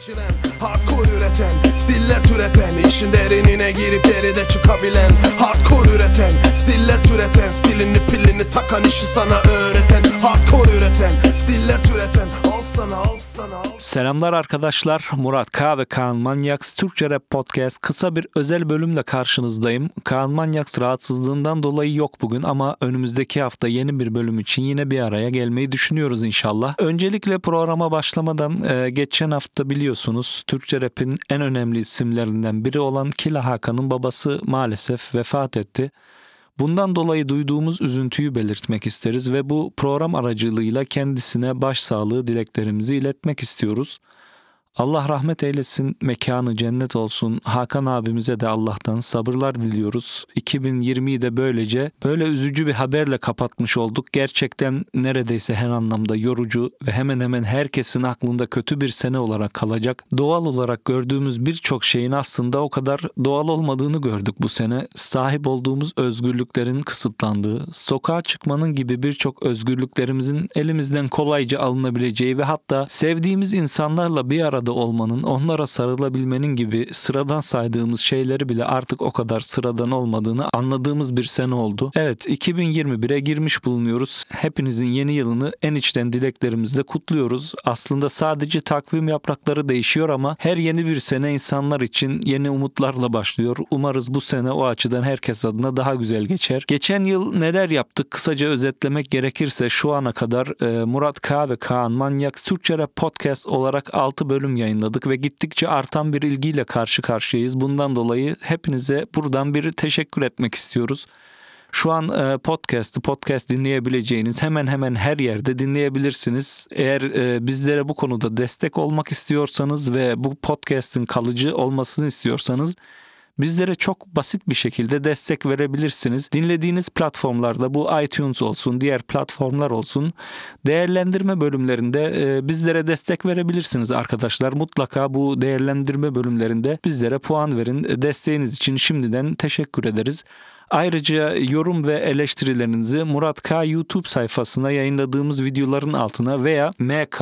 geçiren, hardcore üreten, stiller türeten, işin derinine girip geride çıkabilen, hardcore üreten, stiller türeten, stilini pilini takan, işi sana öğreten, hardcore üreten, stiller türeten, al sana. Selamlar arkadaşlar, Murat K ve Kaan Manyaks Türkçe Rap Podcast kısa bir özel bölümle karşınızdayım. Kaan Manyaks rahatsızlığından dolayı yok bugün ama önümüzdeki hafta yeni bir bölüm için yine bir araya gelmeyi düşünüyoruz inşallah. Öncelikle programa başlamadan geçen hafta biliyorsunuz Türkçe Rap'in en önemli isimlerinden biri olan Killa Hakan'ın babası maalesef vefat etti. Bundan dolayı duyduğumuz üzüntüyü belirtmek isteriz ve bu program aracılığıyla kendisine başsağlığı dileklerimizi iletmek istiyoruz. Allah rahmet eylesin, mekanı cennet olsun. Hakan abimize de Allah'tan sabırlar diliyoruz. 2020'yi de böyle üzücü bir haberle kapatmış olduk. Gerçekten neredeyse her anlamda yorucu ve hemen hemen herkesin aklında kötü bir sene olarak kalacak. Doğal olarak gördüğümüz birçok şeyin aslında o kadar doğal olmadığını gördük bu sene. Sahip olduğumuz özgürlüklerin kısıtlandığı, sokağa çıkmanın gibi birçok özgürlüklerimizin elimizden kolayca alınabileceği ve hatta sevdiğimiz insanlarla bir arada olmanın, onlara sarılabilmenin gibi sıradan saydığımız şeyleri bile artık o kadar sıradan olmadığını anladığımız bir sene oldu. Evet, 2021'e girmiş bulunuyoruz. Hepinizin yeni yılını en içten dileklerimizle kutluyoruz. Aslında sadece takvim yaprakları değişiyor ama her yeni bir sene insanlar için yeni umutlarla başlıyor. Umarız bu sene o açıdan herkes adına daha güzel geçer. Geçen yıl neler yaptık? Kısaca özetlemek gerekirse şu ana kadar Murat K ve Kaan Manyaks Türkçe Rap Podcast olarak 6 bölüm yayınladık ve gittikçe artan bir ilgiyle karşı karşıyayız. Bundan dolayı hepinize buradan bir teşekkür etmek istiyoruz. Şu an podcast dinleyebileceğiniz hemen hemen her yerde dinleyebilirsiniz. Eğer bizlere bu konuda destek olmak istiyorsanız ve bu podcast'in kalıcı olmasını istiyorsanız bizlere çok basit bir şekilde destek verebilirsiniz. Dinlediğiniz platformlarda bu iTunes olsun, diğer platformlar olsun değerlendirme bölümlerinde bizlere destek verebilirsiniz arkadaşlar. Mutlaka bu değerlendirme bölümlerinde bizlere puan verin. Desteğiniz için şimdiden teşekkür ederiz. Ayrıca yorum ve eleştirilerinizi Murat K YouTube sayfasına yayınladığımız videoların altına veya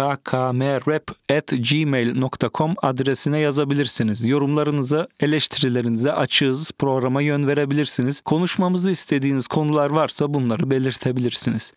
mkkmrap@gmail.com adresine yazabilirsiniz. Yorumlarınıza, eleştirilerinize açığız. Programa yön verebilirsiniz. Konuşmamızı istediğiniz konular varsa bunları belirtebilirsiniz.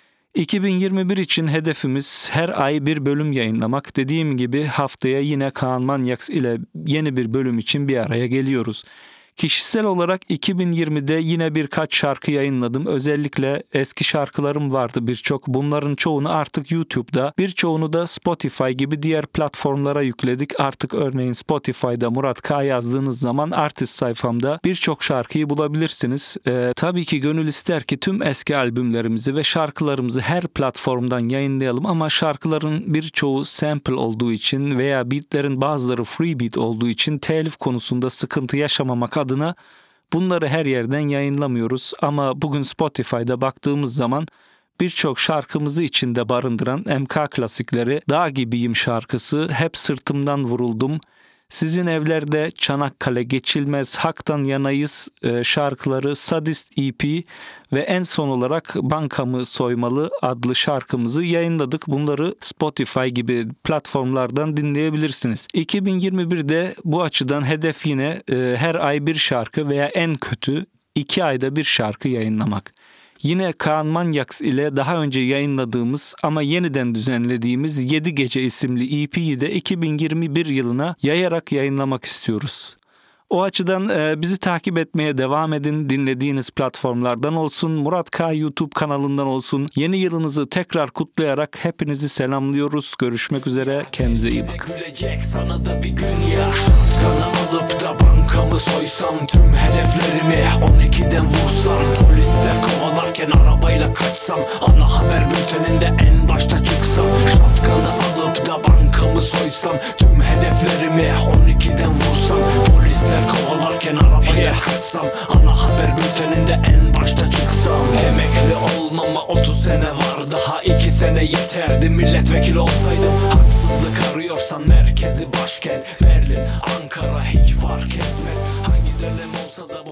2021 için hedefimiz her ay bir bölüm yayınlamak. Dediğim gibi haftaya yine Kaan Manyaks ile yeni bir bölüm için bir araya geliyoruz. Kişisel olarak 2020'de yine birkaç şarkı yayınladım. Özellikle eski şarkılarım vardı birçok. Bunların çoğunu artık YouTube'da, birçoğunu da Spotify gibi diğer platformlara yükledik. Artık örneğin Spotify'da Murat K yazdığınız zaman artist sayfamda birçok şarkıyı bulabilirsiniz. Tabii ki gönül ister ki tüm eski albümlerimizi ve şarkılarımızı her platformdan yayınlayalım ama şarkıların birçoğu sample olduğu için veya beatlerin bazıları free beat olduğu için telif konusunda sıkıntı yaşamamak adına bunları her yerden yayınlamıyoruz ama bugün Spotify'da baktığımız zaman birçok şarkımızı içinde barındıran MK klasikleri, Dağ Gibiyim şarkısı, Hep Sırtımdan Vuruldum, Sizin Evlerde Çanakkale, Geçilmez, Hak'tan Yanayız şarkıları, Sadist EP ve en son olarak Bankamı Soymalı adlı şarkımızı yayınladık. Bunları Spotify gibi platformlardan dinleyebilirsiniz. 2021'de bu açıdan hedef yine her ay bir şarkı veya en kötü 2 ayda bir şarkı yayınlamak. Yine Kaan Manyaks ile daha önce yayınladığımız ama yeniden düzenlediğimiz 7 Gece isimli EP'yi de 2021 yılına yayarak yayınlamak istiyoruz. O açıdan bizi takip etmeye devam edin. Dinlediğiniz platformlardan olsun, Murat K YouTube kanalından olsun. Yeni yılınızı tekrar kutlayarak hepinizi selamlıyoruz. Görüşmek üzere. Kendinize iyi bakın. Sana da bir gün ya. Kanı alıp da bankamı soysam, tüm hedeflerimi 12'den vursam, polisler kovalarken arabayla kaçsam, ana haber bülteninde en başta çıksam, şatkanı alıp da bankamı soysam, tüm hedeflerimi 12'den vursam, polisler kovalarken arabaya kaçsam, ana haber bülteninde en başta çıksam. Emekli olmama 30 sene var, daha 2 sene yeterdi. Milletvekili olsaydım, haksızlık arıyorsan merkezi başkent Berlin, Ankara hiç fark etmez. Hangi dönem olsa da bu